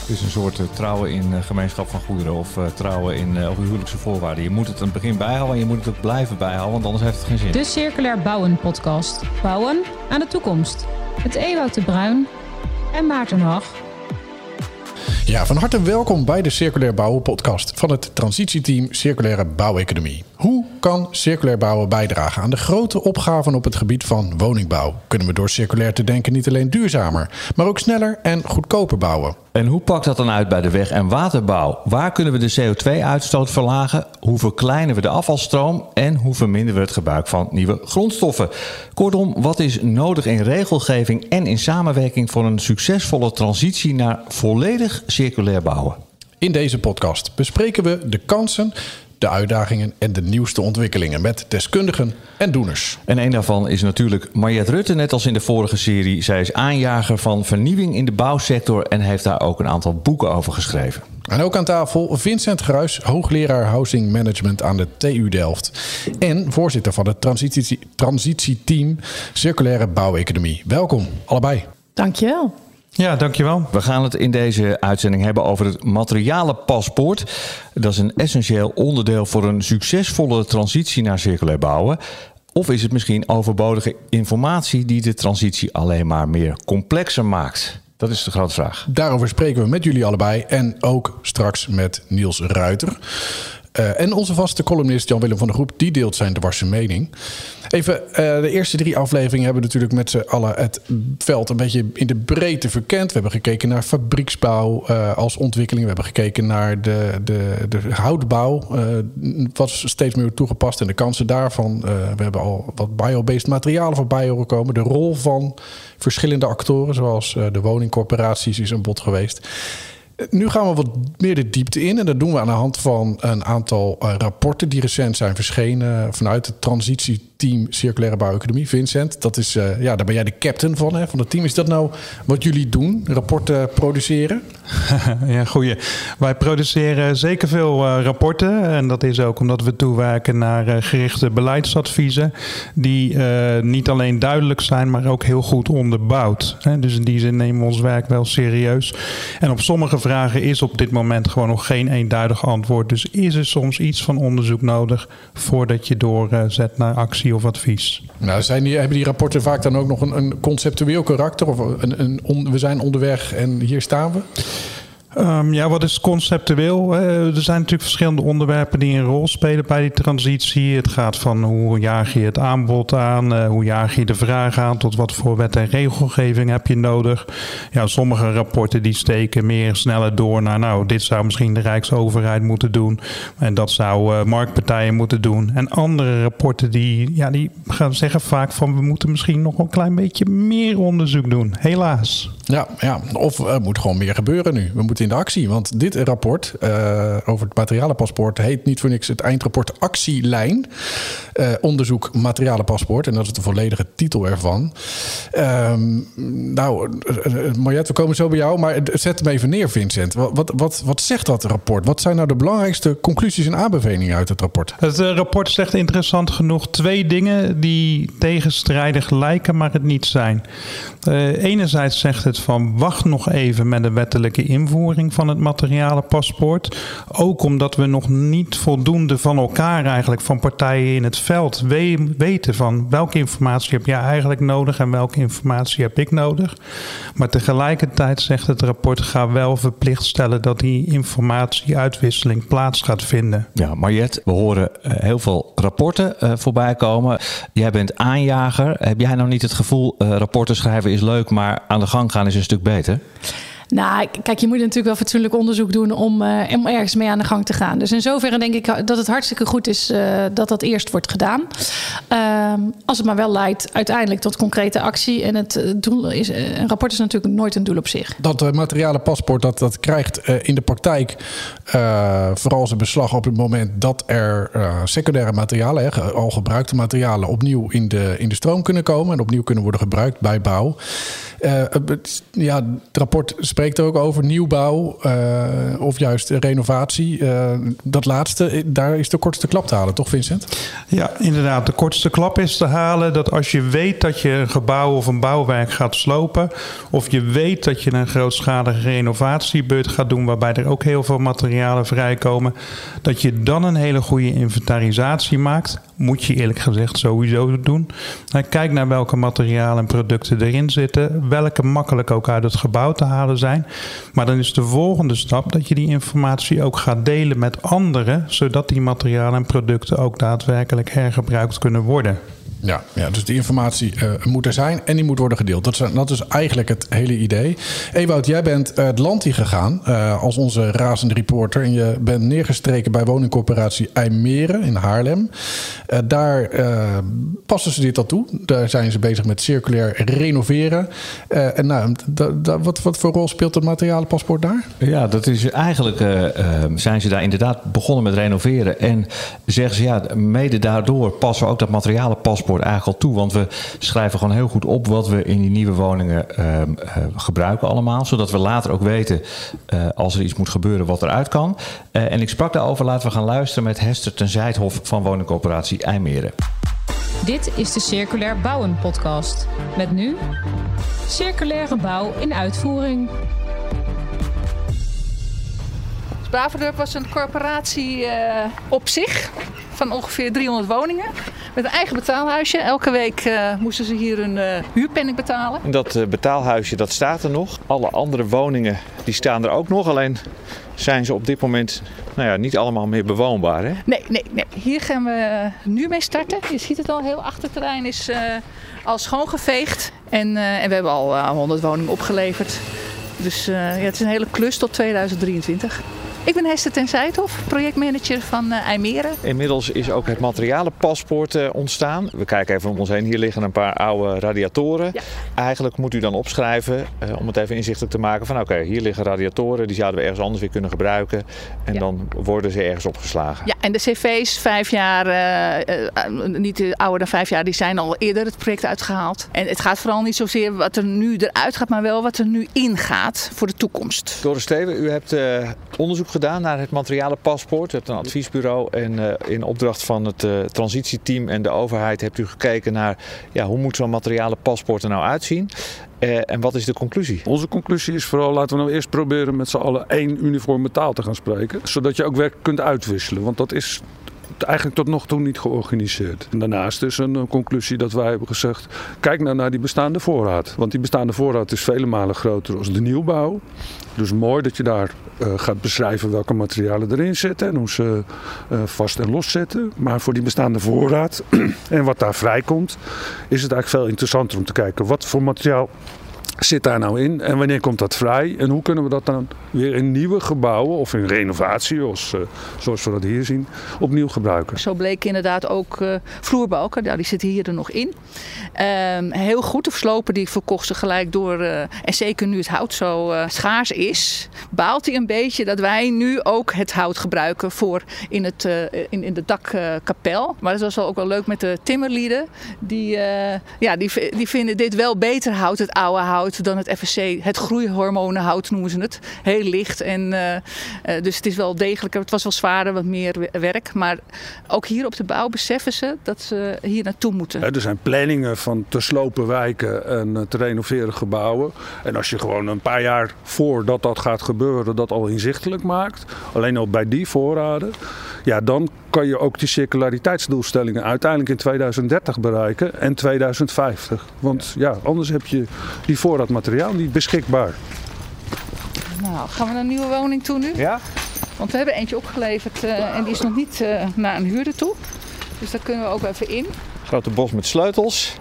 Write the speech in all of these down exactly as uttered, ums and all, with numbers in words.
Het is een soort uh, trouwen in uh, gemeenschap van goederen of uh, trouwen in uh, huwelijkse voorwaarden. Je moet het aan het begin bijhouden en je moet het ook blijven bijhouden, want anders heeft het geen zin. De Circulair Bouwen podcast. Bouwen aan de toekomst. Met Ewout de Bruin en Maarten Hag. Ja, van harte welkom bij de Circulair Bouwen podcast van het transitieteam Circulaire Bouweconomie. Hoe kan circulair bouwen bijdragen aan de grote opgaven op het gebied van woningbouw? Kunnen we door circulair te denken niet alleen duurzamer, maar ook sneller en goedkoper bouwen? En hoe pakt dat dan uit bij de weg- en waterbouw? Waar kunnen we de C O twee uitstoot verlagen? Hoe verkleinen we de afvalstroom? En hoe verminderen we het gebruik van nieuwe grondstoffen? Kortom, wat is nodig in regelgeving en in samenwerking voor een succesvolle transitie naar volledig circulair bouwen? In deze podcast bespreken we de kansen, de uitdagingen en de nieuwste ontwikkelingen met deskundigen en doeners. En een daarvan is natuurlijk Mariette Rutte, net als in de vorige serie. Zij is aanjager van vernieuwing in de bouwsector en heeft daar ook een aantal boeken over geschreven. En ook aan tafel Vincent Gruis, hoogleraar Housing Management aan de T U Delft. En voorzitter van het transitie, transitieteam Circulaire Bouweconomie. Welkom, allebei. Dankjewel. Ja, dankjewel. We gaan het in deze uitzending hebben over het materialenpaspoort. Dat is een essentieel onderdeel voor een succesvolle transitie naar circulair bouwen. Of is het misschien overbodige informatie die de transitie alleen maar meer complexer maakt? Dat is de grote vraag. Daarover spreken we met jullie allebei en ook straks met Niels Ruiter. Uh, en onze vaste columnist Jan-Willem van der Groep, die deelt zijn dwarse mening. Even, uh, de eerste drie afleveringen hebben natuurlijk met z'n allen het veld een beetje in de breedte verkend. We hebben gekeken naar fabrieksbouw uh, als ontwikkeling. We hebben gekeken naar de, de, de houtbouw, uh, wat steeds meer toegepast en de kansen daarvan. Uh, we hebben al wat biobased materialen voorbij horen komen. De rol van verschillende actoren, zoals uh, de woningcorporaties, is aan bod geweest. Nu gaan we wat meer de diepte in. En dat doen we aan de hand van een aantal uh, rapporten die recent zijn verschenen vanuit het transitieteam Circulaire Bouweconomie. Vincent, dat is, uh, ja, daar ben jij de captain van, hè, van het team. Is dat nou wat jullie doen, rapporten produceren? Ja, goeie. Wij produceren zeker veel uh, rapporten. En dat is ook omdat we toewerken naar uh, gerichte beleidsadviezen. Die uh, niet alleen duidelijk zijn, maar ook heel goed onderbouwd. Hè? Dus in die zin nemen we ons werk wel serieus. En op sommige vragen is op dit moment gewoon nog geen eenduidig antwoord. Dus is er soms iets van onderzoek nodig voordat je doorzet naar actie of advies? Nou, zijn die, hebben die rapporten vaak dan ook nog een, een conceptueel karakter? Of een, een on, we zijn onderweg en hier staan we? Um, ja, wat is conceptueel? Uh, er zijn natuurlijk verschillende onderwerpen die een rol spelen bij die transitie. Het gaat van hoe jaag je het aanbod aan, uh, hoe jaag je de vraag aan, tot wat voor wet en regelgeving heb je nodig. Ja, sommige rapporten die steken meer sneller door naar, nou, dit zou misschien de Rijksoverheid moeten doen en dat zou uh, marktpartijen moeten doen. En andere rapporten die, ja, die gaan zeggen vaak van we moeten misschien nog een klein beetje meer onderzoek doen. Helaas. Ja, ja, of er moet gewoon meer gebeuren nu. We moeten in de actie. Want dit rapport uh, over het materialenpaspoort heet niet voor niks het eindrapport Actielijn. Uh, onderzoek materialenpaspoort. En dat is de volledige titel ervan. Um, nou, uh, Mariette, we komen zo bij jou. Maar zet hem even neer, Vincent. Wat, wat, wat, wat zegt dat rapport? Wat zijn nou de belangrijkste conclusies en aanbevelingen uit het rapport? Het uh, rapport zegt interessant genoeg twee dingen die tegenstrijdig lijken, maar het niet zijn. Uh, enerzijds zegt het van wacht nog even met de wettelijke invoering van het materialenpaspoort. Ook omdat we nog niet voldoende van elkaar eigenlijk, van partijen in het veld, we- weten van welke informatie heb jij eigenlijk nodig en welke informatie heb ik nodig. Maar tegelijkertijd zegt het rapport, ga wel verplicht stellen dat die informatieuitwisseling plaats gaat vinden. Ja, Mariette, we horen uh, heel veel rapporten uh, voorbij komen. Jij bent aanjager. Heb jij nou niet het gevoel, uh, rapporten schrijven is leuk, maar aan de gang gaan is een stuk beter? Nou, kijk, je moet natuurlijk wel fatsoenlijk onderzoek doen om, uh, om ergens mee aan de gang te gaan. Dus in zoverre denk ik dat het hartstikke goed is uh, dat dat eerst wordt gedaan. Uh, als het maar wel leidt uiteindelijk tot concrete actie. En het doel is, uh, een rapport is natuurlijk nooit een doel op zich. Dat uh, materialenpaspoort, dat, dat krijgt uh, in de praktijk uh, vooral zijn beslag op het moment dat er uh, secundaire materialen, hè, al gebruikte materialen, opnieuw in de, in de stroom kunnen komen en opnieuw kunnen worden gebruikt bij bouw. Uh, ja, het rapport spreekt spreekt ook over nieuwbouw uh, of juist renovatie. Uh, dat laatste, daar is de kortste klap te halen, toch Vincent? Ja, inderdaad. De kortste klap is te halen dat als je weet dat je een gebouw of een bouwwerk gaat slopen, of je weet dat je een grootschalige renovatiebeurt gaat doen waarbij er ook heel veel materialen vrijkomen, dat je dan een hele goede inventarisatie maakt. Moet je eerlijk gezegd sowieso doen. Kijk naar welke materialen en producten erin zitten, welke makkelijk ook uit het gebouw te halen zijn. Maar dan is de volgende stap dat je die informatie ook gaat delen met anderen, zodat die materialen en producten ook daadwerkelijk hergebruikt kunnen worden. Ja, ja, dus die informatie uh, moet er zijn en die moet worden gedeeld. Dat is, dat is eigenlijk het hele idee. Ewout, jij bent uh, het land in gegaan uh, als onze razende reporter. En je bent neergestreken bij woningcorporatie IJmeren in Haarlem. Uh, daar uh, passen ze dit al toe. Daar zijn ze bezig met circulair renoveren. Uh, en nou, da, da, wat, wat voor rol speelt het materialenpaspoort daar? Ja, dat is eigenlijk uh, uh, zijn ze daar inderdaad begonnen met renoveren. En zeggen ze, ja, mede daardoor passen we ook dat materialenpaspoort eigenlijk al toe. Want we schrijven gewoon heel goed op wat we in die nieuwe woningen uh, uh, gebruiken allemaal. Zodat we later ook weten, uh, als er iets moet gebeuren, wat eruit kan. Uh, en ik sprak daarover, laten we gaan luisteren met Hester ten Zijthof van woningcorporatie IJmeren. Dit is de Circulair Bouwen podcast. Met nu circulaire bouw in uitvoering. Baverdorp was een corporatie uh, op zich van ongeveer driehonderd woningen. Met een eigen betaalhuisje. Elke week uh, moesten ze hier een uh, huurpenning betalen. En dat uh, betaalhuisje dat staat er nog. Alle andere woningen die staan er ook nog. Alleen zijn ze op dit moment nou ja, niet allemaal meer bewoonbaar. Hè? Nee, nee, nee. Hier gaan we nu mee starten. Je ziet het al, heel achterterrein is uh, al schoongeveegd. En, uh, en we hebben al uh, honderd woningen opgeleverd. Dus uh, ja, het is een hele klus tot tweeduizend drieëntwintig. Ik ben Hester ten Zijthof, projectmanager van uh, IJmeren. Inmiddels is ook het materialenpaspoort uh, ontstaan. We kijken even om ons heen. Hier liggen een paar oude radiatoren. Ja. Eigenlijk moet u dan opschrijven uh, om het even inzichtelijk te maken van oké, okay, hier liggen radiatoren. Die zouden we ergens anders weer kunnen gebruiken. En ja. dan worden ze ergens opgeslagen. Ja, en de cv's vijf jaar, uh, uh, niet ouder dan vijf jaar, die zijn al eerder het project uitgehaald. En het gaat vooral niet zozeer wat er nu eruit gaat, maar wel wat er nu ingaat voor de toekomst. Doris Steven, u hebt uh, onderzoek gedaan naar het materialenpaspoort. U hebt een adviesbureau en uh, in opdracht van het uh, transitieteam en de overheid hebt u gekeken naar ja, hoe moet zo'n materialenpaspoort er nou uitzien. Uh, en wat is de conclusie? Onze conclusie is vooral, laten we nou eerst proberen met z'n allen één uniforme taal te gaan spreken. Zodat je ook werk kunt uitwisselen. Want dat is eigenlijk tot nog toe niet georganiseerd. En daarnaast is een conclusie dat wij hebben gezegd, kijk nou naar die bestaande voorraad. Want die bestaande voorraad is vele malen groter dan de nieuwbouw. Dus mooi dat je daar uh, gaat beschrijven welke materialen erin zitten en hoe ze uh, vast en los zitten. Maar voor die bestaande voorraad en wat daar vrijkomt, is het eigenlijk veel interessanter om te kijken wat voor materiaal zit daar nou in en wanneer komt dat vrij en hoe kunnen we dat dan weer in nieuwe gebouwen of in renovatie, zoals, uh, zoals we dat hier zien, opnieuw gebruiken. Zo bleek inderdaad ook uh, vloerbalken, nou, die zitten hier er nog in. Um, heel goed, of slopen die verkocht ze gelijk door, uh, en zeker nu het hout zo uh, schaars is, baalt hij een beetje dat wij nu ook het hout gebruiken voor in, het, uh, in, in de dakkapel. Uh, maar dat was wel ook wel leuk met de timmerlieden, die, uh, ja, die, die vinden dit wel beter hout, het oude hout, dan het F S C, het groeihormonenhout noemen ze het. Heel licht en uh, uh, dus het is wel degelijker. Het was wel zwaarder, wat meer werk. Maar ook hier op de bouw beseffen ze dat ze hier naartoe moeten. Ja, er zijn planningen van te slopen wijken en te renoveren gebouwen. En als je gewoon een paar jaar voordat dat gaat gebeuren dat al inzichtelijk maakt, alleen al bij die voorraden, ja, dan kan je ook die circulariteitsdoelstellingen uiteindelijk in tweeduizend dertig bereiken en tweeduizend vijftig. Want ja, anders heb je die voorraad materiaal niet beschikbaar. Nou, gaan we naar een nieuwe woning toe nu? Ja. Want we hebben eentje opgeleverd uh, en die is nog niet uh, naar een huurder toe. Dus daar kunnen we ook even in. Grote bos met sleutels.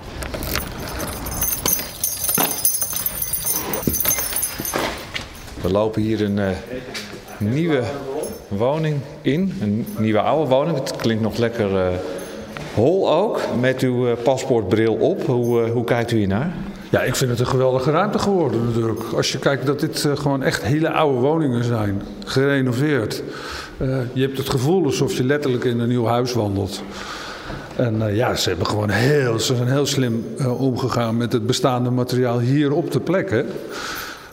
We lopen hier een uh, nieuwe woning in. Een nieuwe oude woning. Het klinkt nog lekker uh, hol ook. Met uw uh, paspoortbril op. Hoe, uh, hoe kijkt u hiernaar? Ja, ik vind het een geweldige ruimte geworden natuurlijk. Als je kijkt dat dit uh, gewoon echt hele oude woningen zijn. Gerenoveerd. Uh, je hebt het gevoel alsof je letterlijk in een nieuw huis wandelt. En uh, ja, ze hebben gewoon heel, ze zijn heel slim uh, omgegaan met het bestaande materiaal hier op de plek. Hè.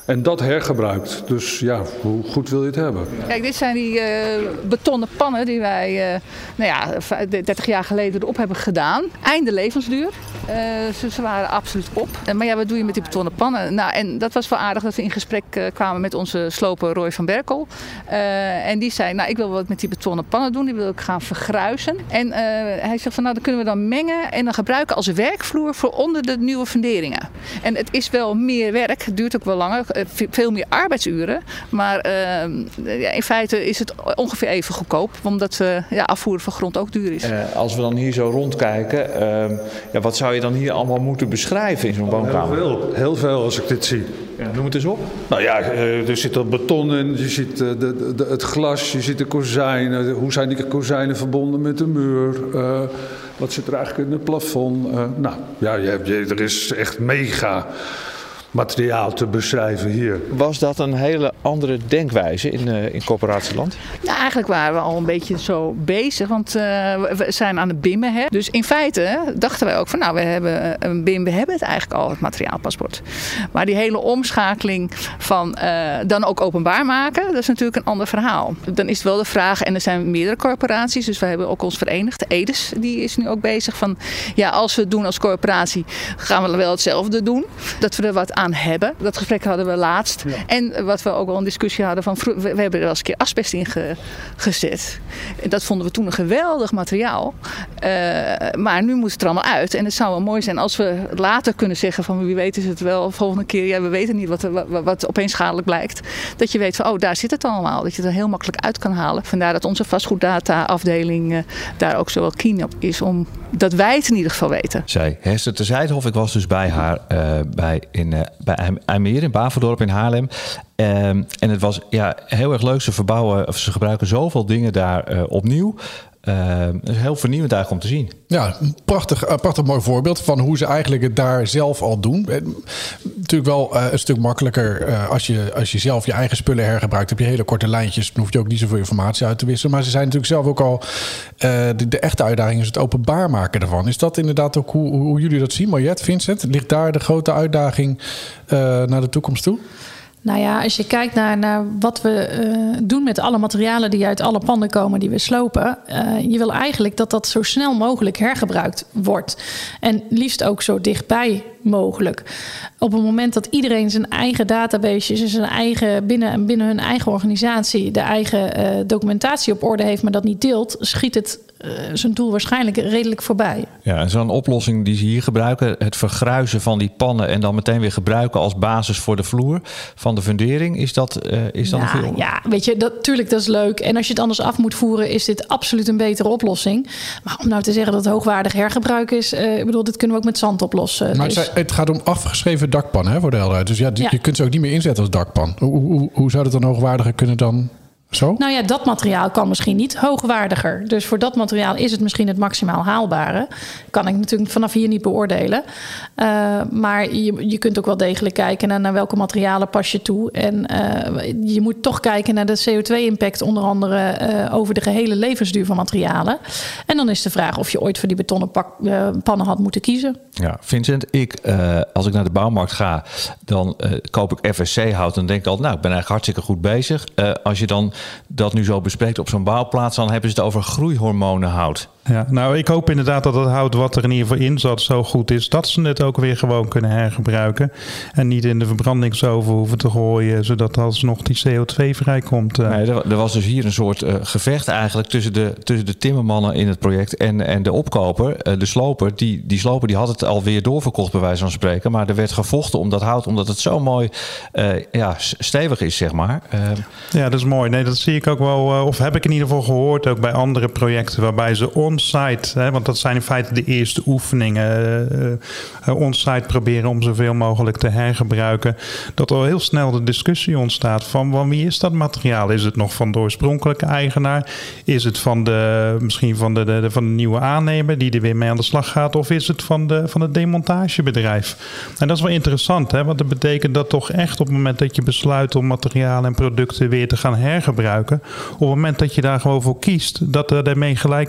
En dat hergebruikt. Dus ja, hoe goed wil je het hebben? Kijk, dit zijn die uh, betonnen pannen die wij uh, nou ja, dertig jaar geleden erop hebben gedaan. Einde levensduur. Uh, ze, ze waren absoluut op. Uh, maar ja, wat doe je met die betonnen pannen? Nou, en dat was wel aardig dat we in gesprek uh, kwamen met onze sloper Roy van Berkel. Uh, en die zei, nou, ik wil wat met die betonnen pannen doen. Die wil ik gaan vergruisen. En uh, hij zegt van, nou, dan kunnen we dan mengen en dan gebruiken als werkvloer voor onder de nieuwe funderingen. En het is wel meer werk. Het duurt ook wel langer. Veel meer arbeidsuren. Maar uh, ja, in feite is het ongeveer even goedkoop. Omdat we ja, afvoeren van grond ook duur is. Uh, als we dan hier zo rondkijken. Uh, ja, wat zou je dan hier allemaal moeten beschrijven in zo'n woonkamer? Heel veel. Heel veel als ik dit zie. Ja, noem het eens op. Nou ja, er zit er beton in. Je ziet de, de, de, het glas. Je ziet de kozijnen. Hoe zijn die kozijnen verbonden met de muur? Uh, wat zit er eigenlijk in het plafond? Uh, nou ja, je, je, er is echt mega materiaal te beschrijven hier. Was dat een hele andere denkwijze in, uh, in Coöperatieland? Nou, eigenlijk waren we al een beetje zo bezig, want uh, we zijn aan het bimmen. Hè? Dus in feite dachten wij ook van, nou, we hebben een B I M, we hebben het eigenlijk al, het materiaalpaspoort. Maar die hele omschakeling van uh, dan ook openbaar maken, dat is natuurlijk een ander verhaal. Dan is het wel de vraag, en er zijn meerdere corporaties, dus wij hebben ook ons verenigd. Edes, die is nu ook bezig van, ja, als we het doen als corporatie, gaan we wel hetzelfde doen. Dat we er wat aan hebben. Dat gesprek hadden we laatst. Ja. En wat we ook wel een discussie hadden van, we hebben er wel eens een keer asbest in ge, gezet. Dat vonden we toen een geweldig materiaal. Uh, maar nu moet het er allemaal uit. En het zou wel mooi zijn als we later kunnen zeggen van, wie weet is het wel volgende keer, ja, we weten niet wat, wat, wat opeens schadelijk blijkt. Dat je weet van, oh, daar zit het allemaal. Dat je het er heel makkelijk uit kan halen. Vandaar dat onze vastgoeddata afdeling uh, daar ook zo wel keen op is om dat wij het in ieder geval weten. Zij Hester te Zijdhof, ik was dus bij haar uh, bij in uh, bij IJmeer in Bavendorp in Haarlem. Um, en het was ja, heel erg leuk. Ze verbouwen, of ze gebruiken zoveel dingen daar uh, opnieuw. Uh, het is heel vernieuwend eigenlijk om te zien. Ja, een prachtig, uh, prachtig mooi voorbeeld van hoe ze eigenlijk het daar zelf al doen. Uh, natuurlijk wel uh, een stuk makkelijker uh, als, je, als je zelf je eigen spullen hergebruikt. Heb je hele korte lijntjes, dan hoef je ook niet zoveel informatie uit te wisselen. Maar ze zijn natuurlijk zelf ook al, uh, de, de echte uitdaging is het openbaar maken ervan. Is dat inderdaad ook hoe, hoe jullie dat zien? Mariette, Vincent, ligt daar de grote uitdaging uh, naar de toekomst toe? Nou ja, als je kijkt naar, naar wat we uh, doen met alle materialen die uit alle panden komen die we slopen. Uh, je wil eigenlijk dat dat zo snel mogelijk hergebruikt wordt. En liefst ook zo dichtbij mogelijk. Op het moment dat iedereen zijn eigen database, zijn eigen, binnen, binnen hun eigen organisatie, de eigen uh, documentatie op orde heeft, maar dat niet deelt, schiet het uh, zijn doel waarschijnlijk redelijk voorbij. Ja, en zo'n oplossing die ze hier gebruiken, het vergruizen van die pannen en dan meteen weer gebruiken als basis voor de vloer van de fundering, is dat, uh, is dat ja, een goede oplossing? Ja, weet je, dat, tuurlijk, dat is leuk. En als je het anders af moet voeren, is dit absoluut een betere oplossing. Maar om nou te zeggen dat het hoogwaardig hergebruik is, uh, ik bedoel, dit kunnen we ook met zand oplossen. Maar dus. het, het gaat om afgeschreven dakpannen, hè, voor de helderheid. Dus ja, die, ja, je kunt ze ook niet meer inzetten als dakpan. Hoe, hoe, hoe zou het dan hoogwaardiger kunnen dan? Zo? Nou ja, dat materiaal kan misschien niet hoogwaardiger. Dus voor dat materiaal is het misschien het maximaal haalbare. Kan ik natuurlijk vanaf hier niet beoordelen. Uh, maar je, je kunt ook wel degelijk kijken naar, naar welke materialen pas je toe. En uh, je moet toch kijken naar de C O twee impact, onder andere uh, over de gehele levensduur van materialen. En dan is de vraag of je ooit voor die betonnen pak, uh, pannen had moeten kiezen. Ja, Vincent, ik, uh, als ik naar de bouwmarkt ga, dan uh, koop ik F S C-hout. Dan denk ik altijd, nou, ik ben eigenlijk hartstikke goed bezig. Uh, als je dan dat nu zo bespreekt op zo'n bouwplaats, dan hebben ze het over groeihormonenhout. Ja, nou, ik hoop inderdaad dat het hout wat er in ieder geval in zat zo goed is dat ze het ook weer gewoon kunnen hergebruiken. En niet in de verbrandingsoven hoeven te gooien, zodat alsnog die C O twee vrijkomt. Nee, er, er was dus hier een soort uh, gevecht eigenlijk tussen de, tussen de timmermannen in het project en, en de opkoper, uh, de sloper. Die, die sloper die had het alweer doorverkocht bij wijze van spreken. Maar er werd gevochten om dat hout, omdat het zo mooi uh, ja, stevig is, zeg maar. Uh, ja, dat is mooi. Nee, dat zie ik ook wel, uh, of heb ik in ieder geval gehoord, ook bij andere projecten waarbij ze on-site, hè, want dat zijn in feite de eerste oefeningen, uh, uh, on-site proberen om zoveel mogelijk te hergebruiken, dat er heel snel de discussie ontstaat van, van wie is dat materiaal? Is het nog van de oorspronkelijke eigenaar? Is het van de, misschien van de, de, van de nieuwe aannemer die er weer mee aan de slag gaat? Of is het van, de, van het demontagebedrijf? En dat is wel interessant, hè, want dat betekent dat toch echt op het moment dat je besluit om materialen en producten weer te gaan hergebruiken, op het moment dat je daar gewoon voor kiest, dat er daarmee gelijk een andere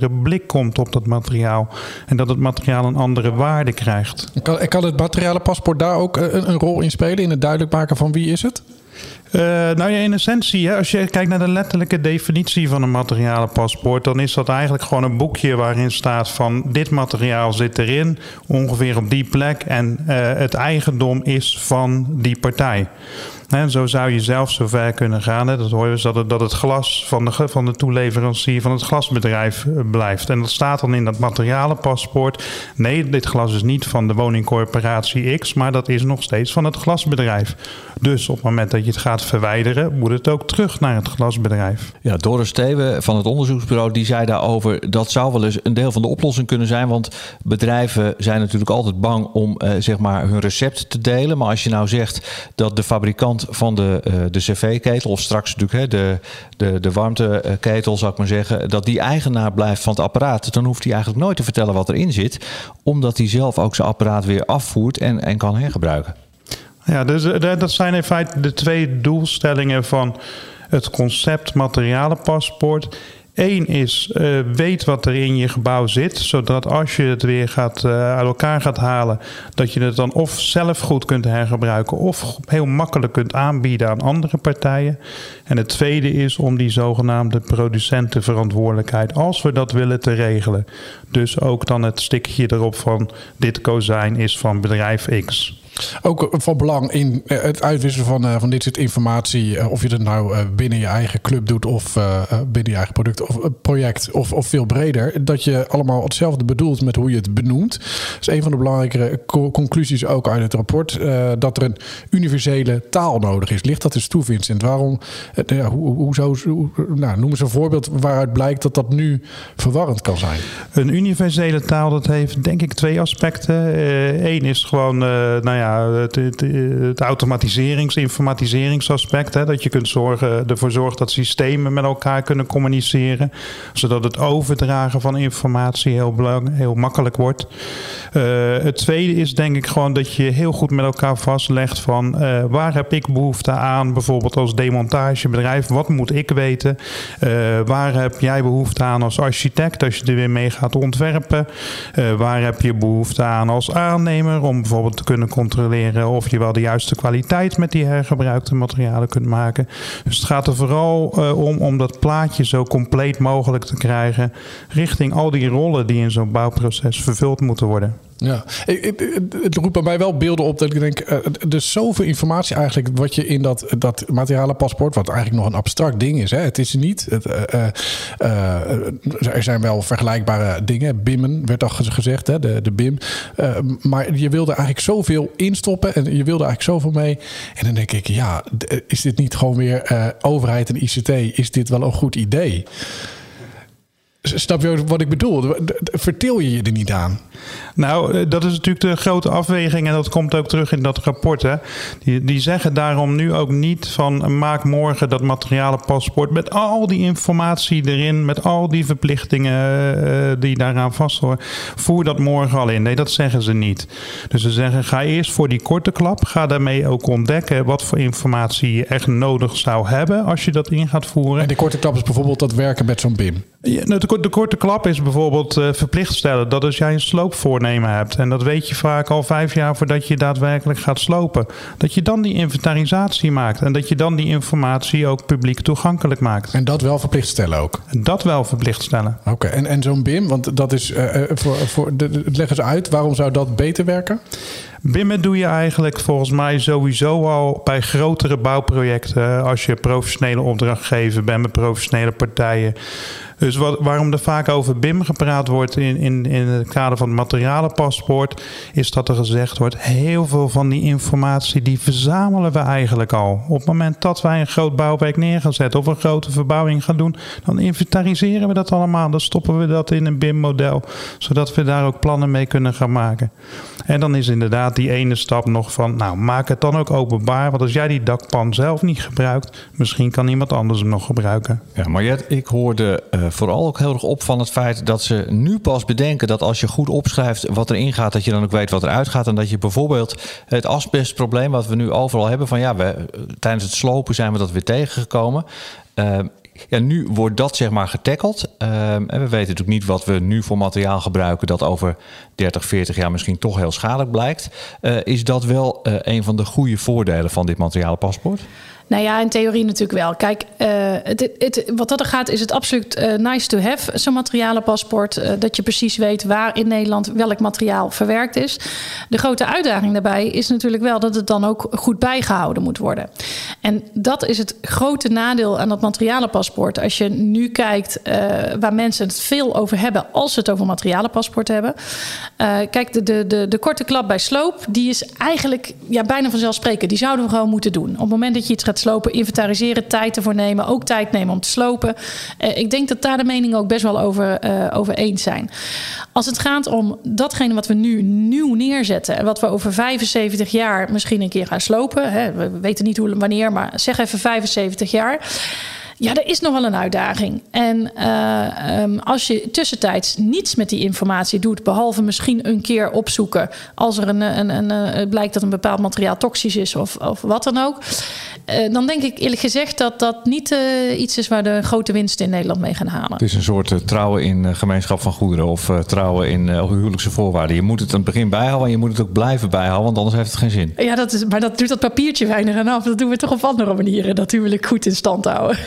andere blik komt op dat materiaal. En dat het materiaal een andere waarde krijgt. Kan, kan het materialenpaspoort daar ook een, een rol in spelen? In het duidelijk maken van wie is het? Uh, nou ja, in essentie, hè, als je kijkt naar de letterlijke definitie van een materialenpaspoort, dan is dat eigenlijk gewoon een boekje waarin staat van dit materiaal zit erin, ongeveer op die plek en uh, het eigendom is van die partij. En zo zou je zelf zover kunnen gaan. Hè. Dat hoor je dat het, dat het glas van de, van de toeleverancier van het glasbedrijf blijft. En dat staat dan in dat materialenpaspoort. Nee, dit glas is niet van de woningcorporatie X, maar dat is nog steeds van het glasbedrijf. Dus op het moment dat je het gaat verwijderen, moet het ook terug naar het glasbedrijf. Ja, Doris Steven van het onderzoeksbureau die zei daarover, dat zou wel eens een deel van de oplossing kunnen zijn. Want bedrijven zijn natuurlijk altijd bang om uh, zeg maar hun recept te delen. Maar als je nou zegt dat de fabrikant van de, uh, de cv-ketel, of straks natuurlijk hè, de, de, de warmteketel, zou ik maar zeggen, dat die eigenaar blijft van het apparaat, dan hoeft hij eigenlijk nooit te vertellen wat erin zit, omdat hij zelf ook zijn apparaat weer afvoert en, en kan hergebruiken. Ja, dus dat zijn in feite de twee doelstellingen van het concept materialenpaspoort. Eén is, uh, weet wat er in je gebouw zit, zodat als je het weer gaat, uh, uit elkaar gaat halen, dat je het dan of zelf goed kunt hergebruiken of heel makkelijk kunt aanbieden aan andere partijen. En het tweede is om die zogenaamde producentenverantwoordelijkheid, als we dat willen, te regelen. Dus ook dan het stikje erop van dit kozijn is van bedrijf X. Ook van belang in het uitwisselen van, uh, van dit soort informatie. Uh, of je dat nou uh, binnen je eigen club doet of uh, binnen je eigen product of uh, project of, of veel breder. Dat je allemaal hetzelfde bedoelt met hoe je het benoemt. Dat is een van de belangrijke co- conclusies ook uit het rapport. Uh, dat er een universele taal nodig is. Ligt dat eens toe, Vincent? Waarom? Uh, ja, hoe, hoe zou, hoe, nou, noem eens een voorbeeld waaruit blijkt dat dat nu verwarrend kan zijn. Een universele taal, dat heeft denk ik twee aspecten. Eén uh, is gewoon, uh, nou ja, Het, het, het automatiserings-, informatiseringsaspect. Hè, dat je kunt zorgen, ervoor zorgt dat systemen met elkaar kunnen communiceren. Zodat het overdragen van informatie heel, belang, heel makkelijk wordt. Uh, het tweede is denk ik gewoon dat je heel goed met elkaar vastlegt van uh, waar heb ik behoefte aan, bijvoorbeeld als demontagebedrijf. Wat moet ik weten? Uh, waar heb jij behoefte aan als architect als je er weer mee gaat ontwerpen? Uh, waar heb je behoefte aan als aannemer om bijvoorbeeld te kunnen controleren of je wel de juiste kwaliteit met die hergebruikte materialen kunt maken. Dus het gaat er vooral uh, om om dat plaatje zo compleet mogelijk te krijgen richting al die rollen die in zo'n bouwproces vervuld moeten worden. Ja, het roept bij mij wel beelden op dat ik denk, er is zoveel informatie eigenlijk wat je in dat, dat materialenpaspoort, wat eigenlijk nog een abstract ding is. Hè? Het is niet, het, uh, uh, er zijn wel vergelijkbare dingen, B I M'en werd al gezegd, hè? De, de B I M. Uh, maar je wilde eigenlijk zoveel instoppen en je wilde eigenlijk zoveel mee. En dan denk ik, ja, is dit niet gewoon weer uh, overheid en I C T, is dit wel een goed idee? Snap je wat ik bedoel? Vertel je je er niet aan? Nou, dat is natuurlijk de grote afweging en dat komt ook terug in dat rapport. Hè. Die, die zeggen daarom nu ook niet van maak morgen dat materialenpaspoort met al die informatie erin, met al die verplichtingen uh, die daaraan vasthoren. Voer dat morgen al in. Nee, dat zeggen ze niet. Dus ze zeggen ga eerst voor die korte klap, ga daarmee ook ontdekken wat voor informatie je echt nodig zou hebben als je dat in gaat voeren. En die korte klap is bijvoorbeeld dat werken met zo'n B I M. Ja, de, de korte klap is bijvoorbeeld uh, verplicht stellen dat als jij een sloopvoornemen hebt en dat weet je vaak al vijf jaar voordat je daadwerkelijk gaat slopen, dat je dan die inventarisatie maakt en dat je dan die informatie ook publiek toegankelijk maakt. En dat wel verplicht stellen ook? En dat wel verplicht stellen. Oké, okay. en, en zo'n B I M, want dat is, uh, voor, voor de, leg eens uit, waarom zou dat beter werken? B I M'en doe je eigenlijk volgens mij sowieso al bij grotere bouwprojecten als je professionele opdrachtgever bent met professionele partijen. Dus wat, waarom er vaak over B I M gepraat wordt in, in, in het kader van het materialenpaspoort, is dat er gezegd wordt, heel veel van die informatie die verzamelen we eigenlijk al. Op het moment dat wij een groot bouwwerk neer gaan zetten of een grote verbouwing gaan doen, dan inventariseren we dat allemaal. Dan stoppen we dat in een B I M-model, zodat we daar ook plannen mee kunnen gaan maken. En dan is inderdaad die ene stap nog van, nou maak het dan ook openbaar, want als jij die dakpan zelf niet gebruikt, misschien kan iemand anders hem nog gebruiken. Ja, Mariette, ik hoorde uh, vooral ook heel erg op van het feit dat ze nu pas bedenken dat als je goed opschrijft wat erin gaat, dat je dan ook weet wat eruit gaat. En dat je bijvoorbeeld het asbestprobleem wat we nu overal hebben, van ja, we, tijdens het slopen zijn we dat weer tegengekomen. Uh, Ja, nu wordt dat zeg maar getackeld. Uh, en we weten natuurlijk niet wat we nu voor materiaal gebruiken dat over dertig, veertig jaar misschien toch heel schadelijk blijkt. Uh, is dat wel uh, een van de goede voordelen van dit materialenpaspoort? Nou ja, in theorie natuurlijk wel. Kijk, uh, het, het, wat dat er gaat is het absoluut uh, nice to have, zo'n materialenpaspoort. Uh, dat je precies weet waar in Nederland welk materiaal verwerkt is. De grote uitdaging daarbij is natuurlijk wel dat het dan ook goed bijgehouden moet worden. En dat is het grote nadeel aan dat materialenpaspoort. Als je nu kijkt uh, waar mensen het veel over hebben als ze het over materialenpaspoort hebben. Uh, kijk, de, de, de, de korte klap bij sloop, die is eigenlijk ja, bijna vanzelfsprekend. Die zouden we gewoon moeten doen. Op het moment dat je iets gaat slopen, inventariseren, tijd ervoor nemen, ook tijd nemen om te slopen. Uh, ik denk dat daar de meningen ook best wel over, uh, over eens zijn. Als het gaat om datgene wat we nu nieuw neerzetten en wat we over vijfenzeventig jaar misschien een keer gaan slopen. Hè, we weten niet hoe, wanneer, maar zeg even vijfenzeventig jaar. Ja, er is nog wel een uitdaging. En uh, um, als je tussentijds niets met die informatie doet, behalve misschien een keer opzoeken als er een, een, een, een blijkt dat een bepaald materiaal toxisch is of, of wat dan ook, uh, dan denk ik eerlijk gezegd dat dat niet uh, iets is waar de grote winsten in Nederland mee gaan halen. Het is een soort uh, trouwen in uh, gemeenschap van goederen of uh, trouwen in uh, huwelijkse voorwaarden. Je moet het aan het begin bijhouden en je moet het ook blijven bijhouden, want anders heeft het geen zin. Ja, dat is, maar dat doet dat papiertje weinig aan af. Dat doen we toch op andere manieren natuurlijk goed in stand houden.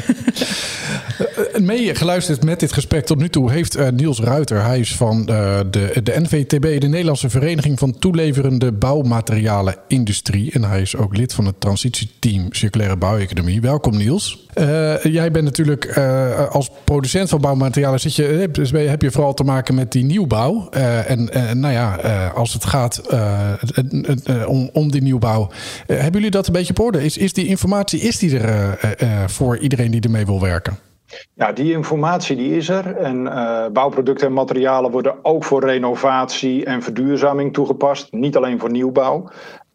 Uh, mee geluisterd met dit gesprek tot nu toe heeft uh, Niels Ruiter. Hij is van uh, de, de N V T B, de Nederlandse Vereniging van Toeleverende Bouwmaterialenindustrie. En hij is ook lid van het transitieteam Circulaire Bouweconomie. Welkom Niels. Uh, jij bent natuurlijk uh, als producent van bouwmaterialen zit je, heb je vooral te maken met die nieuwbouw. Uh, en uh, nou ja, uh, als het gaat uh, uh, uh, om, om die nieuwbouw. Uh, hebben jullie dat een beetje op orde? Is, is die informatie is die er uh, uh, voor iedereen die ermee wil werken? Ja, die informatie die is er. En uh, bouwproducten en materialen worden ook voor renovatie en verduurzaming toegepast. Niet alleen voor nieuwbouw.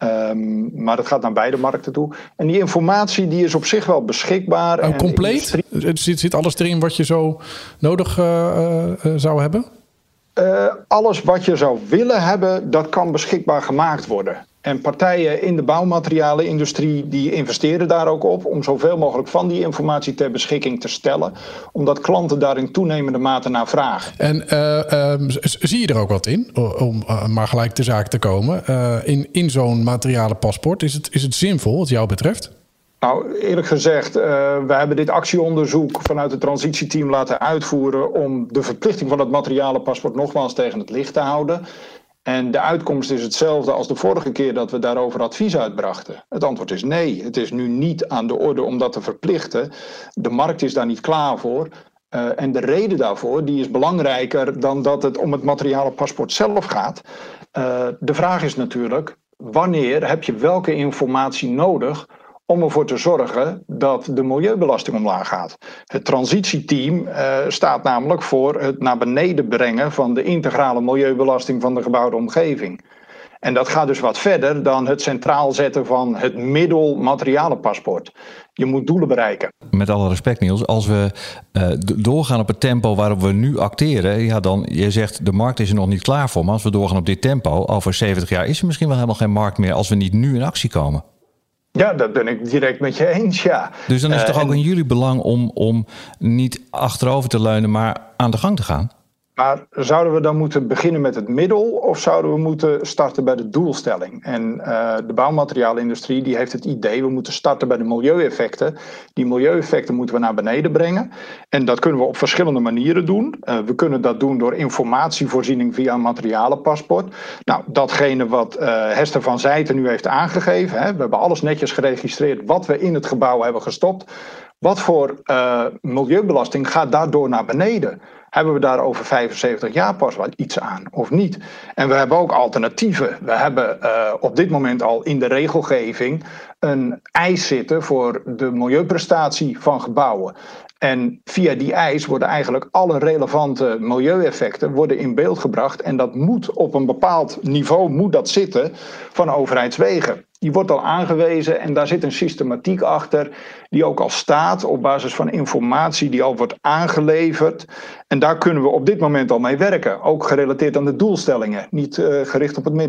Um, maar dat gaat naar beide markten toe. En die informatie die is op zich wel beschikbaar. Oh, en compleet? Industrie... Zit, zit alles erin wat je zo nodig uh, uh, zou hebben? Uh, alles wat je zou willen hebben, dat kan beschikbaar gemaakt worden. En partijen in de bouwmaterialenindustrie die investeren daar ook op om zoveel mogelijk van die informatie ter beschikking te stellen. Omdat klanten daar in toenemende mate naar vragen. En uh, um, zie je er ook wat in, om uh, maar gelijk ter zaak te komen, uh, in, in zo'n materialenpaspoort? Is het, is het zinvol wat jou betreft? Nou, eerlijk gezegd, uh, we hebben dit actieonderzoek vanuit het transitieteam laten uitvoeren om de verplichting van het materialenpaspoort nogmaals tegen het licht te houden. En de uitkomst is hetzelfde als de vorige keer dat we daarover advies uitbrachten. Het antwoord is nee. Het is nu niet aan de orde om dat te verplichten. De markt is daar niet klaar voor. Uh, en de reden daarvoor die is belangrijker dan dat het om het materialenpaspoort zelf gaat. Uh, de vraag is natuurlijk, wanneer heb je welke informatie nodig om ervoor te zorgen dat de milieubelasting omlaag gaat. Het transitieteam uh, staat namelijk voor het naar beneden brengen van de integrale milieubelasting van de gebouwde omgeving. En dat gaat dus wat verder dan het centraal zetten van het middel materialenpaspoort. Je moet doelen bereiken. Met alle respect Niels, als we uh, doorgaan op het tempo waarop we nu acteren, ja, dan, je zegt de markt is er nog niet klaar voor, maar als we doorgaan op dit tempo, over zeventig jaar is er misschien wel helemaal geen markt meer als we niet nu in actie komen. Ja, dat ben ik direct met je eens, ja. Dus dan is het uh, toch ook en... in jullie belang om, om niet achterover te leunen, maar aan de gang te gaan? Maar zouden we dan moeten beginnen met het middel of zouden we moeten starten bij de doelstelling? En uh, de bouwmateriaalindustrie die heeft het idee, we moeten starten bij de milieueffecten. Die milieueffecten moeten we naar beneden brengen. En dat kunnen we op verschillende manieren doen. Uh, we kunnen dat doen door informatievoorziening via een materialenpaspoort. Nou, datgene wat uh, Hester van Zijten nu heeft aangegeven. Hè, we hebben alles netjes geregistreerd wat we in het gebouw hebben gestopt. Wat voor uh, milieubelasting gaat daardoor naar beneden? Hebben we daar over vijfenzeventig jaar pas wat iets aan of niet? En we hebben ook alternatieven. We hebben uh, op dit moment al in de regelgeving een eis zitten voor de milieuprestatie van gebouwen. En via die eis worden eigenlijk alle relevante milieueffecten worden in beeld gebracht. En dat moet op een bepaald niveau moet dat zitten van overheidswegen. Die wordt al aangewezen en daar zit een systematiek achter die ook al staat op basis van informatie die al wordt aangeleverd. En daar kunnen we op dit moment al mee werken. Ook gerelateerd aan de doelstellingen, niet uh, gericht op het middel.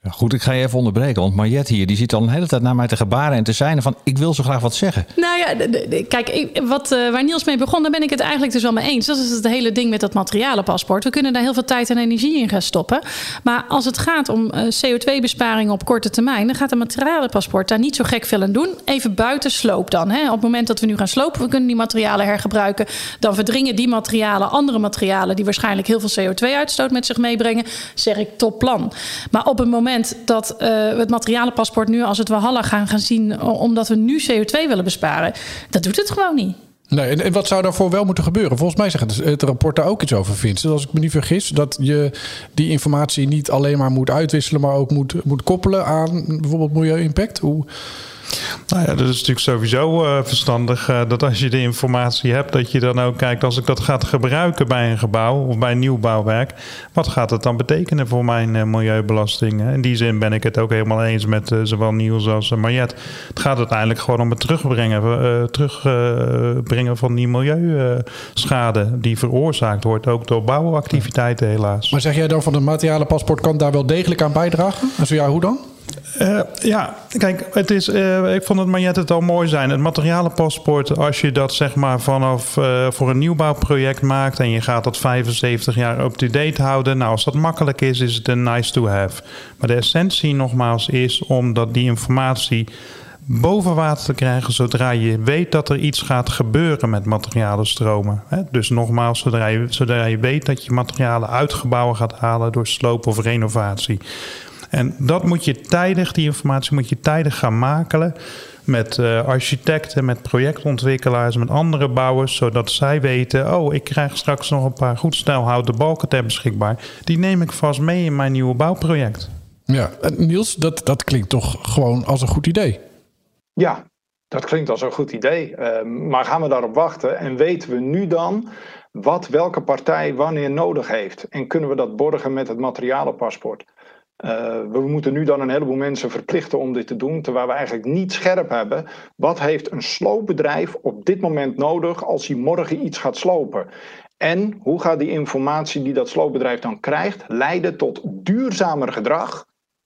Ja, goed, ik ga je even onderbreken. Want Mariette hier, die zit al een hele tijd naar mij te gebaren en te seinen van... ik wil zo graag wat zeggen. Nou ja, de, de, kijk, ik, wat, uh, waar Niels mee begon, daar ben ik het eigenlijk dus wel mee eens. Dat is het hele ding met dat materialenpaspoort. We kunnen daar heel veel tijd en energie in gaan stoppen. Maar als het gaat om uh, C O twee besparing op korte termijn... dan gaat een materialenpaspoort daar niet zo gek veel aan doen. Even buiten sloop dan. Hè. Op het moment dat we nu gaan slopen, we kunnen die materialen hergebruiken. Dan verdringen die materialen andere materialen... die waarschijnlijk heel veel C O twee uitstoot met zich meebrengen. Zeg ik, top plan. Maar op het moment dat uh, we het materialenpaspoort nu als het Walhalla gaan gaan zien... omdat we nu C O twee willen besparen, dat doet het gewoon niet. Nee, en, en wat zou daarvoor wel moeten gebeuren? Volgens mij zegt het, het rapport daar ook iets over, Vincent. Als ik me niet vergis, dat je die informatie niet alleen maar moet uitwisselen... maar ook moet, moet koppelen aan bijvoorbeeld milieu-impact. Hoe... Nou ja, dat is natuurlijk sowieso uh, verstandig uh, dat als je de informatie hebt... dat je dan ook kijkt, als ik dat ga gebruiken bij een gebouw of bij een nieuwbouwwerk... wat gaat het dan betekenen voor mijn uh, milieubelasting? In die zin ben ik het ook helemaal eens met uh, zowel Niels als uh, Mariette. Het gaat uiteindelijk gewoon om het terugbrengen, uh, terugbrengen uh, van die milieuschade... Uh, die veroorzaakt wordt, ook door bouwactiviteiten helaas. Maar zeg jij dan van het materialenpaspoort kan daar wel degelijk aan bijdragen? En zo ja, hoe dan? Uh, ja, kijk, het is, uh, ik vond het Mariette het al mooi zijn. Het materialenpaspoort, als je dat zeg maar vanaf uh, voor een nieuwbouwproject maakt... en je gaat dat vijfenzeventig jaar up-to-date houden... nou, als dat makkelijk is, is het een nice to have. Maar de essentie nogmaals is om dat die informatie boven water te krijgen... zodra je weet dat er iets gaat gebeuren met materialenstromen. Hè? Dus nogmaals, zodra je, zodra je weet dat je materialen uit gebouwen gaat halen... door sloop of renovatie... En dat moet je tijdig, die informatie moet je tijdig gaan makelen met uh, architecten, met projectontwikkelaars, met andere bouwers, zodat zij weten, oh, ik krijg straks nog een paar goed stijlhouten balken ter beschikbaar. Die neem ik vast mee in mijn nieuwe bouwproject. Ja, Niels, dat, dat klinkt toch gewoon als een goed idee? Ja, dat klinkt als een goed idee. Uh, maar gaan we daarop wachten en weten we nu dan wat welke partij wanneer nodig heeft? En kunnen we dat borgen met het materialenpaspoort? Uh, we moeten nu dan een heleboel mensen verplichten om dit te doen, terwijl we eigenlijk niet scherp hebben. Wat heeft een sloopbedrijf op dit moment nodig als hij morgen iets gaat slopen? En hoe gaat die informatie die dat sloopbedrijf dan krijgt leiden tot duurzamer gedrag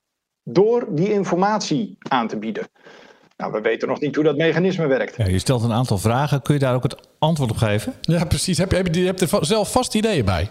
door die informatie aan te bieden? Nou, we weten nog niet hoe dat mechanisme werkt. Ja, je stelt een aantal vragen. Kun je daar ook het antwoord op geven? Ja, precies. Heb je, heb je, je hebt er zelf vast ideeën bij?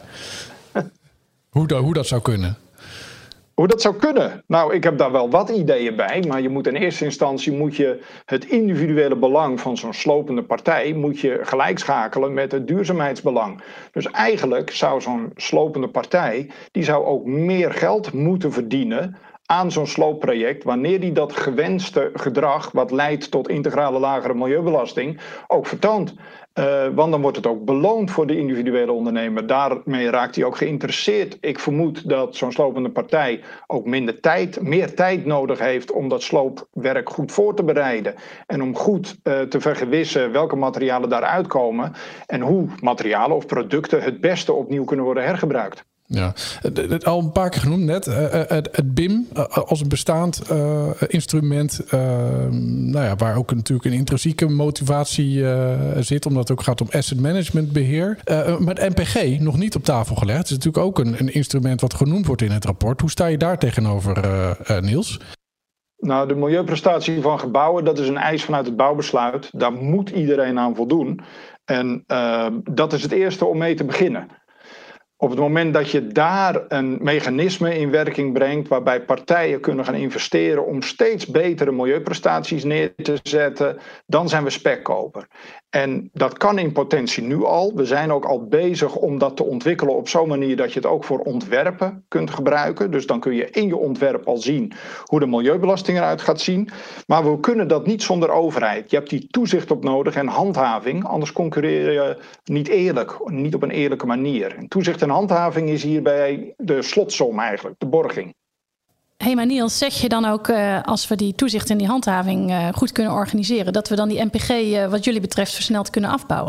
hoe, dat, hoe dat zou kunnen? Hoe dat zou kunnen? Nou, ik heb daar wel wat ideeën bij. Maar je moet in eerste instantie moet je het individuele belang van zo'n slopende partij moet je gelijkschakelen met het duurzaamheidsbelang. Dus eigenlijk zou zo'n slopende partij, die zou ook meer geld moeten verdienen aan zo'n sloopproject, wanneer die dat gewenste gedrag, wat leidt tot integrale lagere milieubelasting, ook vertoont. Uh, want dan wordt het ook beloond voor de individuele ondernemer. Daarmee raakt hij ook geïnteresseerd. Ik vermoed dat zo'n slopende partij ook minder tijd, meer tijd nodig heeft om dat sloopwerk goed voor te bereiden. En om goed uh, te vergewissen welke materialen daaruit komen en hoe materialen of producten het beste opnieuw kunnen worden hergebruikt. Ja, het al een paar keer genoemd net. Het, het B I M als een bestaand uh, instrument, uh, nou ja, waar ook natuurlijk een intrinsieke motivatie uh, zit, omdat het ook gaat om asset management beheer. Uh, maar het N P G nog niet op tafel gelegd. Het is natuurlijk ook een, een instrument wat genoemd wordt in het rapport. Hoe sta je daar tegenover, uh, uh, Niels? Nou, de milieuprestatie van gebouwen, dat is een eis vanuit het bouwbesluit. Daar moet iedereen aan voldoen. En uh, dat is het eerste om mee te beginnen. Op het moment dat je daar een mechanisme in werking brengt waarbij partijen kunnen gaan investeren om steeds betere milieuprestaties neer te zetten, dan zijn we spekkoper. En dat kan in potentie nu al. We zijn ook al bezig om dat te ontwikkelen op zo'n manier dat je het ook voor ontwerpen kunt gebruiken. Dus dan kun je in je ontwerp al zien hoe de milieubelasting eruit gaat zien. Maar we kunnen dat niet zonder overheid. Je hebt die toezicht op nodig en handhaving, anders concurreer je niet eerlijk, niet op een eerlijke manier. En toezicht en handhaving is hierbij de slotsom eigenlijk, de borging. Hé, hey, maar Niels, zeg je dan ook, uh, als we die toezicht en die handhaving uh, goed kunnen organiseren, dat we dan die N P G uh, wat jullie betreft versneld kunnen afbouwen?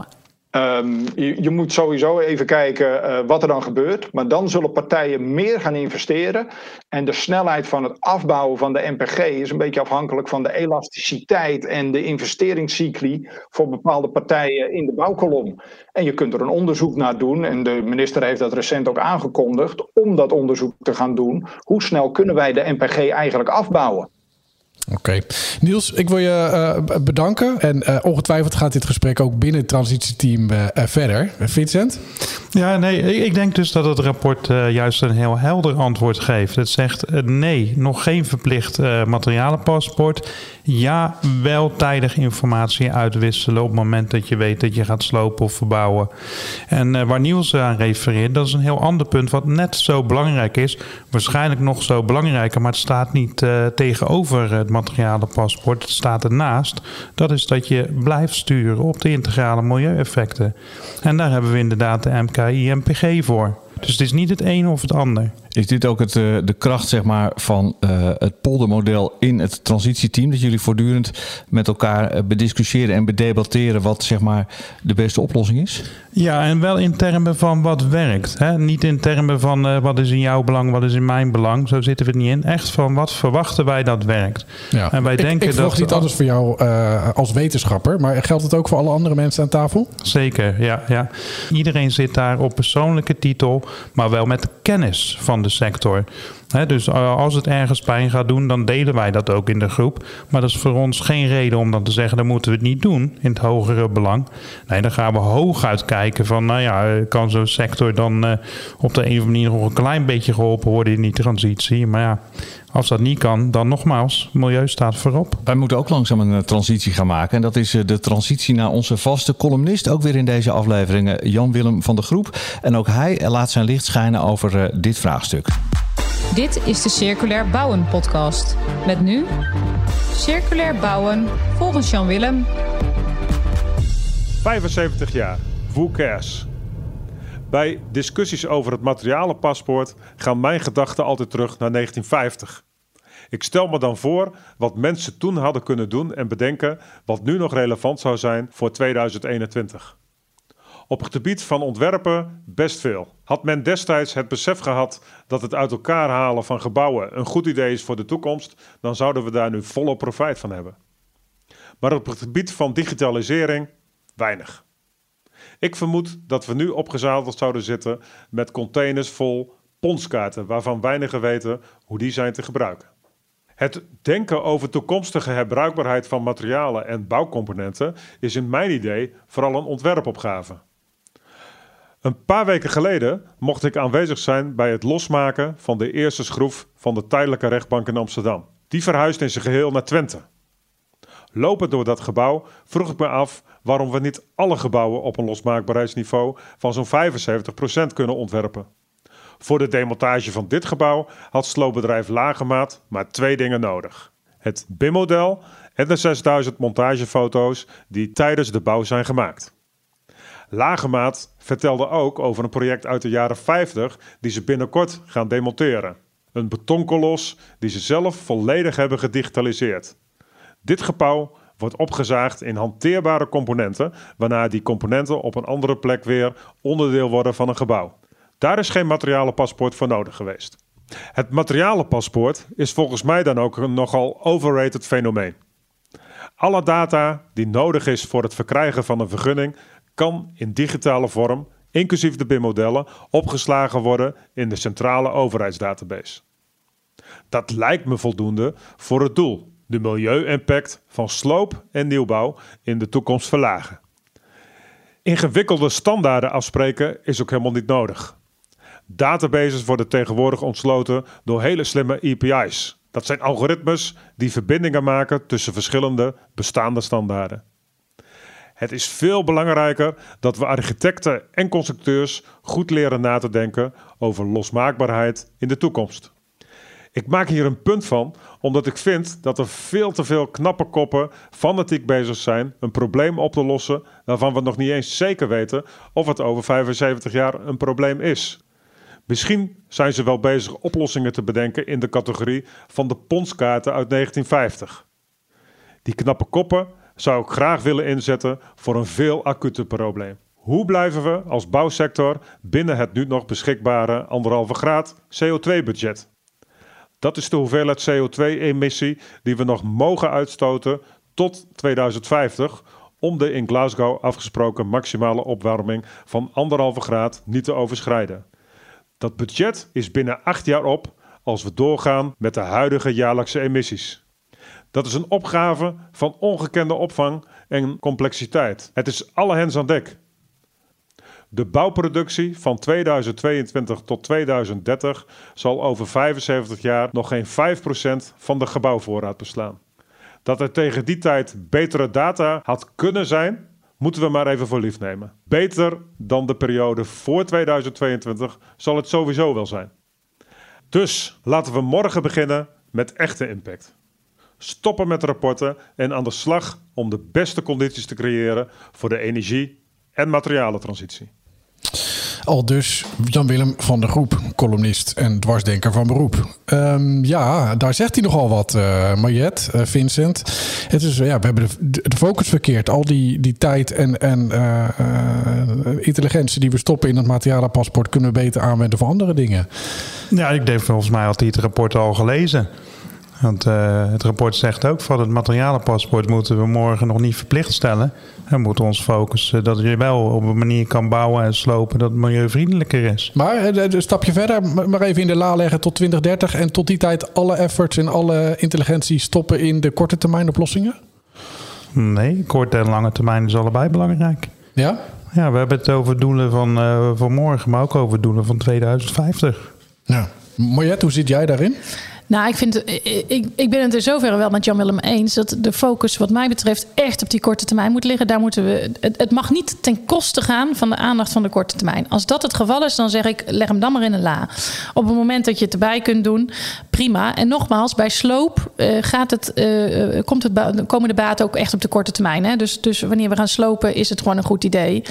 Um, je, je moet sowieso even kijken uh, wat er dan gebeurt. Maar dan zullen partijen meer gaan investeren. En de snelheid van het afbouwen van de N P G is een beetje afhankelijk van de elasticiteit en de investeringscycli voor bepaalde partijen in de bouwkolom. En je kunt er een onderzoek naar doen. En de minister heeft dat recent ook aangekondigd om dat onderzoek te gaan doen. Hoe snel kunnen wij de N P G eigenlijk afbouwen? Oké. Okay. Niels, ik wil je uh, bedanken. En uh, ongetwijfeld gaat dit gesprek ook binnen het transitieteam uh, verder. Vincent? Ja, nee, ik denk dus dat het rapport uh, juist een heel helder antwoord geeft. Het zegt uh, nee, nog geen verplicht uh, materialenpaspoort. Ja, wel tijdig informatie uitwisselen op het moment dat je weet dat je gaat slopen of verbouwen. En uh, waar Niels aan refereert, dat is een heel ander punt wat net zo belangrijk is. Waarschijnlijk nog zo belangrijker, maar het staat niet uh, tegenover het materialenpaspoort. Het staat ernaast. Dat is dat je blijft sturen op de integrale milieueffecten. En daar hebben we inderdaad de M K I M P G voor. Dus het is niet het een of het ander. Is dit ook het, uh, de kracht zeg maar, van uh, het poldermodel in het transitieteam? Dat jullie voortdurend met elkaar bediscussiëren en bedebatteren wat zeg maar, de beste oplossing is? Ja, en wel in termen van wat werkt. Hè? Niet in termen van uh, wat is in jouw belang, wat is in mijn belang. Zo zitten we er niet in. Echt van wat verwachten wij dat werkt. Ja. En wij ik, denken ik verwacht dat niet anders voor jou uh, als wetenschapper. Maar geldt het ook voor alle andere mensen aan tafel? Zeker, ja. ja. Iedereen zit daar op persoonlijke titel, maar wel met kennis van de sector. He, dus als het ergens pijn gaat doen, dan delen wij dat ook in de groep. Maar dat is voor ons geen reden om dan te zeggen, dan moeten we het niet doen in het hogere belang. Nee, dan gaan we hooguit kijken van, nou ja, kan zo'n sector dan uh, op de een of andere manier nog een klein beetje geholpen worden in die transitie. Maar ja, als dat niet kan, dan nogmaals, milieu staat voorop. Wij moeten ook langzaam een transitie gaan maken. En dat is de transitie naar onze vaste columnist. Ook weer in deze afleveringen, Jan-Willem van de Groep. En ook hij laat zijn licht schijnen over uh, dit vraagstuk. Dit is de Circulair Bouwen podcast. Met nu Circulair Bouwen volgens Jan-Willem. vijfenzeventig jaar, who cares? Bij discussies over het materialenpaspoort gaan mijn gedachten altijd terug naar negentien vijftig. Ik stel me dan voor wat mensen toen hadden kunnen doen en bedenken wat nu nog relevant zou zijn voor tweeduizend eenentwintig. Op het gebied van ontwerpen best veel. Had men destijds het besef gehad dat het uit elkaar halen van gebouwen een goed idee is voor de toekomst, dan zouden we daar nu volop profijt van hebben. Maar op het gebied van digitalisering weinig. Ik vermoed dat we nu opgezadeld zouden zitten met containers vol ponskaarten waarvan weinigen weten hoe die zijn te gebruiken. Het denken over toekomstige herbruikbaarheid van materialen en bouwcomponenten is in mijn idee vooral een ontwerpopgave. Een paar weken geleden mocht ik aanwezig zijn bij het losmaken van de eerste schroef van de tijdelijke rechtbank in Amsterdam. Die verhuisde in zijn geheel naar Twente. Lopend door dat gebouw vroeg ik me af waarom we niet alle gebouwen op een losmaakbaarheidsniveau van zo'n vijfenzeventig procent kunnen ontwerpen. Voor de demontage van dit gebouw had sloopbedrijf Lagemaat maar twee dingen nodig. Het B I M-model en de zesduizend montagefoto's die tijdens de bouw zijn gemaakt. Lagemaat vertelde ook over een project uit de jaren vijftig die ze binnenkort gaan demonteren. Een betonkolos die ze zelf volledig hebben gedigitaliseerd. Dit gebouw wordt opgezaagd in hanteerbare componenten, waarna die componenten op een andere plek weer onderdeel worden van een gebouw. Daar is geen materialenpaspoort voor nodig geweest. Het materialenpaspoort is volgens mij dan ook een nogal overrated fenomeen. Alle data die nodig is voor het verkrijgen van een vergunning kan in digitale vorm, inclusief de B I M-modellen, opgeslagen worden in de centrale overheidsdatabase. Dat lijkt me voldoende voor het doel, de milieu-impact van sloop en nieuwbouw in de toekomst verlagen. Ingewikkelde standaarden afspreken is ook helemaal niet nodig. Databases worden tegenwoordig ontsloten door hele slimme A P I's. Dat zijn algoritmes die verbindingen maken tussen verschillende bestaande standaarden. Het is veel belangrijker dat we architecten en constructeurs goed leren na te denken over losmaakbaarheid in de toekomst. Ik maak hier een punt van, omdat ik vind dat er veel te veel knappe koppen fanatiek bezig zijn een probleem op te lossen waarvan we nog niet eens zeker weten of het over vijfenzeventig jaar een probleem is. Misschien zijn ze wel bezig oplossingen te bedenken in de categorie van de ponskaarten uit negentien vijftig. Die knappe koppen zou ik graag willen inzetten voor een veel acuter probleem. Hoe blijven we als bouwsector binnen het nu nog beschikbare anderhalve graad C O twee budget? Dat is de hoeveelheid C O twee emissie die we nog mogen uitstoten tot tweeduizend vijftig... om de in Glasgow afgesproken maximale opwarming van anderhalve graad niet te overschrijden. Dat budget is binnen acht jaar op als we doorgaan met de huidige jaarlijkse emissies. Dat is een opgave van ongekende opvang en complexiteit. Het is alle hens aan dek. De bouwproductie van tweeduizend tweeëntwintig tot tweeduizend dertig zal over vijfenzeventig jaar nog geen vijf procent van de gebouwvoorraad beslaan. Dat er tegen die tijd betere data had kunnen zijn, moeten we maar even voor lief nemen. Beter dan de periode voor tweeduizend tweeëntwintig zal het sowieso wel zijn. Dus laten we morgen beginnen met echte impact. Stoppen met rapporten en aan de slag om de beste condities te creëren voor de energie- en materialentransitie. Al dus Jan-Willem van der Groep, columnist en dwarsdenker van beroep. Um, ja, daar zegt hij nogal wat, uh, Mariette, uh, Vincent. Het is, ja, we hebben de, de focus verkeerd. Al die, die tijd en, en uh, uh, intelligentie die we stoppen in het materialenpaspoort kunnen we beter aanwenden voor andere dingen. Ja, ik denk volgens mij had hij het rapport al gelezen. Want uh, het rapport zegt ook van het materialenpaspoort moeten we morgen nog niet verplicht stellen. We moeten ons focussen dat je wel op een manier kan bouwen en slopen dat het milieuvriendelijker is. Maar een stapje verder, maar even in de la leggen tot twintig dertig en tot die tijd alle efforts en alle intelligentie stoppen in de korte termijn oplossingen? Nee, korte en lange termijn is allebei belangrijk. Ja? Ja, we hebben het over doelen van, uh, van morgen, maar ook over doelen van tweeduizend vijftig. Ja. Mariette, hoe zit jij daarin? Nou, ik, vind, ik, ik ben het in zoverre wel met Jan-Willem eens dat de focus wat mij betreft echt op die korte termijn moet liggen. Daar moeten we, het, het mag niet ten koste gaan van de aandacht van de korte termijn. Als dat het geval is, dan zeg ik, leg hem dan maar in een la. Op het moment dat je het erbij kunt doen, prima. En nogmaals, bij sloop uh, gaat het, uh, komt het, komen de baten ook echt op de korte termijn. Hè? Dus, dus wanneer we gaan slopen, is het gewoon een goed idee.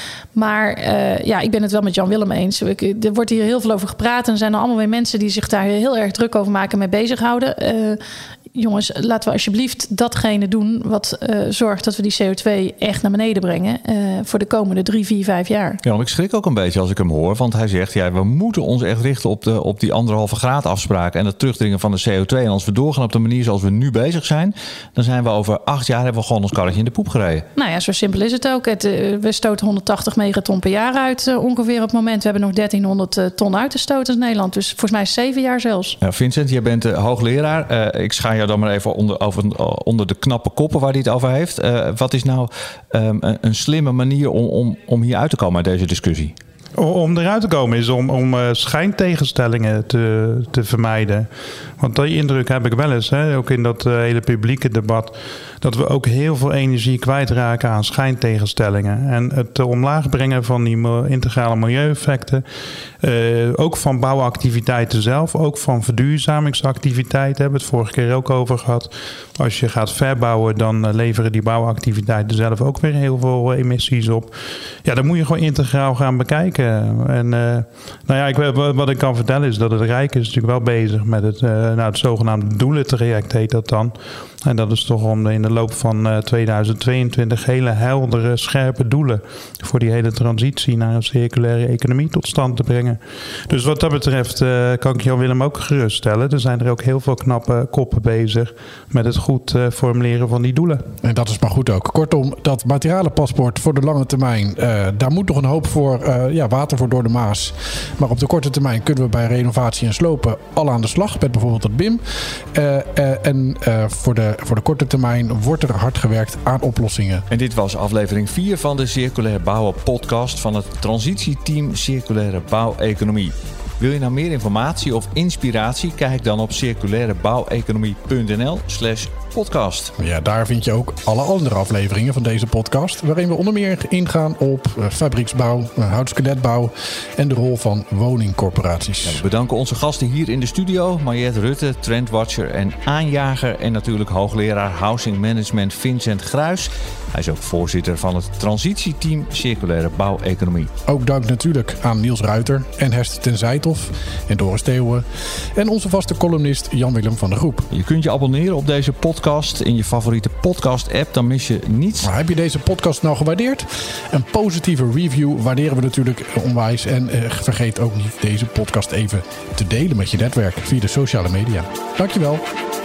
Maar uh, ja, ik ben het wel met Jan-Willem eens. Ik, er wordt hier heel veel over gepraat. En er zijn er allemaal weer mensen die zich daar heel erg druk over maken en mee bezighouden. Uh, jongens, laten we alsjeblieft datgene doen wat uh, zorgt dat we die C O twee echt naar beneden brengen. Uh, voor de komende drie, vier, vijf jaar. Ja, maar ik schrik ook een beetje als ik hem hoor. Want hij zegt, ja, we moeten ons echt richten op, de, op die anderhalve graad afspraken en het terugdringen van de C O twee. En als we doorgaan op de manier zoals we nu bezig zijn, dan zijn we over acht jaar hebben we gewoon ons karretje in de poep gereden. Nou ja, zo simpel is het ook. Het, uh, we stoten honderdtachtig megaton per jaar uit uh, ongeveer op het moment. We hebben nog dertienhonderd uh, ton uit te stoten in Nederland. Dus volgens mij zeven jaar zelfs. Ja, Vincent, jij bent uh, hoogleraar. Uh, ik schaar jou dan maar even onder, over, onder de knappe koppen waar hij het over heeft. Uh, wat is nou um, een, een slimme manier om, om, om hier uit te komen uit deze discussie? Om eruit te komen is om, om uh, schijntegenstellingen te, te vermijden. Want die indruk heb ik wel eens, hè, ook in dat uh, hele publieke debat, dat we ook heel veel energie kwijtraken aan schijntegenstellingen. En het uh, omlaag brengen van die integrale milieueffecten, uh, ook van bouwactiviteiten zelf, ook van verduurzamingsactiviteiten, hebben we het vorige keer ook over gehad. Als je gaat verbouwen, dan uh, leveren die bouwactiviteiten zelf ook weer heel veel uh, emissies op. Ja, dan moet je gewoon integraal gaan bekijken. En uh, nou ja, ik, wat ik kan vertellen is dat het Rijk is natuurlijk wel bezig met het, uh, nou, het zogenaamde doelentraject heet dat dan. En dat is toch om in de loop van uh, tweeduizend tweeëntwintig hele heldere, scherpe doelen voor die hele transitie naar een circulaire economie tot stand te brengen. Dus wat dat betreft uh, kan ik Jan-Willem ook geruststellen. Er zijn er ook heel veel knappe koppen bezig met het goed uh, formuleren van die doelen. En dat is maar goed ook. Kortom, dat materialenpaspoort voor de lange termijn, uh, daar moet nog een hoop voor, uh, ja, water voor door de Maas. Maar op de korte termijn kunnen we bij renovatie en slopen al aan de slag met bijvoorbeeld het B I M. Uh, uh, en uh, voor de Voor de korte termijn wordt er hard gewerkt aan oplossingen. En dit was aflevering vier van de Circulair Bouwen podcast van het transitieteam Circulaire Bouweconomie. Wil je nou meer informatie of inspiratie? Kijk dan op circulairebouweconomie.nl slash podcast. Ja, daar vind je ook alle andere afleveringen van deze podcast, waarin we onder meer ingaan op uh, fabrieksbouw, uh, houtskeletbouw en de rol van woningcorporaties. Ja, we bedanken onze gasten hier in de studio, Mariette Rutte, trendwatcher en aanjager en natuurlijk hoogleraar Housing Management Vincent Gruijs. Hij is ook voorzitter van het transitieteam Circulaire Bouweconomie. Ook dank natuurlijk aan Niels Ruiter en Hester ten Zijtel Christophe en Doris Theeuwen. En onze vaste columnist Jan-Willem van der Groep. Je kunt je abonneren op deze podcast in je favoriete podcast-app. Dan mis je niets. Maar heb je deze podcast nou gewaardeerd? Een positieve review waarderen we natuurlijk onwijs. En eh, vergeet ook niet deze podcast even te delen met je netwerk via de sociale media. Dankjewel.